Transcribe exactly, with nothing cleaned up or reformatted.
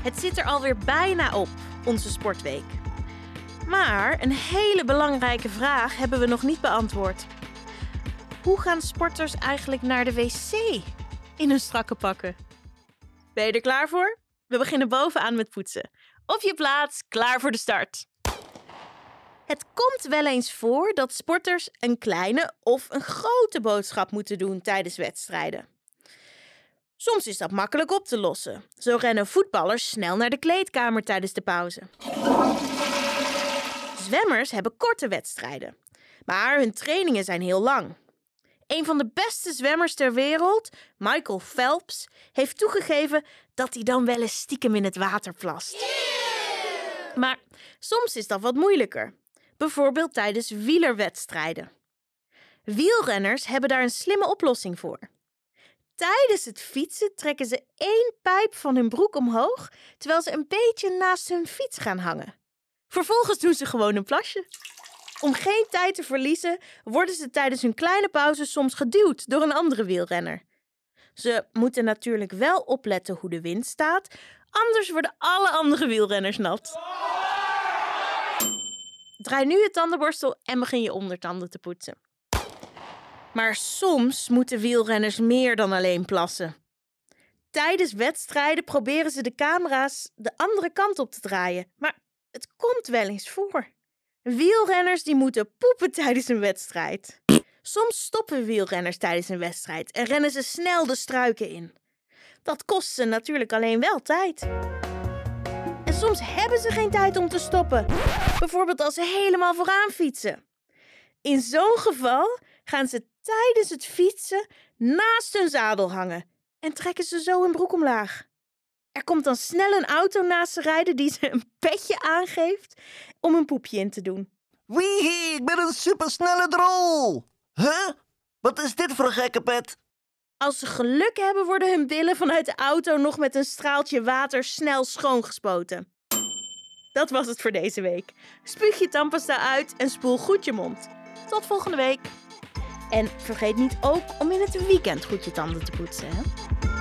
Het zit er alweer bijna op, onze sportweek. Maar een hele belangrijke vraag hebben we nog niet beantwoord. Hoe gaan sporters eigenlijk naar de wc in hun strakke pakken? Ben je er klaar voor? We beginnen bovenaan met poetsen. Op je plaats, klaar voor de start. Het komt wel eens voor dat sporters een kleine of een grote boodschap moeten doen tijdens wedstrijden. Soms is dat makkelijk op te lossen. Zo rennen voetballers snel naar de kleedkamer tijdens de pauze. Zwemmers hebben korte wedstrijden, maar hun trainingen zijn heel lang. Een van de beste zwemmers ter wereld, Michael Phelps, heeft toegegeven dat hij dan wel eens stiekem in het water plast. Maar soms is dat wat moeilijker. Bijvoorbeeld tijdens wielerwedstrijden. Wielrenners hebben daar een slimme oplossing voor. Tijdens het fietsen trekken ze één pijp van hun broek omhoog, terwijl ze een beetje naast hun fiets gaan hangen. Vervolgens doen ze gewoon een plasje. Om geen tijd te verliezen, worden ze tijdens hun kleine pauze soms geduwd door een andere wielrenner. Ze moeten natuurlijk wel opletten hoe de wind staat, anders worden alle andere wielrenners nat. Draai nu je tandenborstel en begin je ondertanden te poetsen. Maar soms moeten wielrenners meer dan alleen plassen. Tijdens wedstrijden proberen ze de camera's de andere kant op te draaien, maar het komt wel eens voor. Wielrenners die moeten poepen tijdens een wedstrijd. Soms stoppen wielrenners tijdens een wedstrijd en rennen ze snel de struiken in. Dat kost ze natuurlijk alleen wel tijd. En soms hebben ze geen tijd om te stoppen. Bijvoorbeeld als ze helemaal vooraan fietsen. In zo'n geval gaan ze tijdens het fietsen naast hun zadel hangen en trekken ze zo hun broek omlaag. Er komt dan snel een auto naast ze rijden die ze een petje aangeeft om een poepje in te doen. Wee, ik ben een supersnelle drol. Huh? Wat is dit voor een gekke pet? Als ze geluk hebben, worden hun billen vanuit de auto nog met een straaltje water snel schoongespoten. Dat was het voor deze week. Spuug je tandpasta uit en spoel goed je mond. Tot volgende week. En vergeet niet ook om in het weekend goed je tanden te poetsen, hè?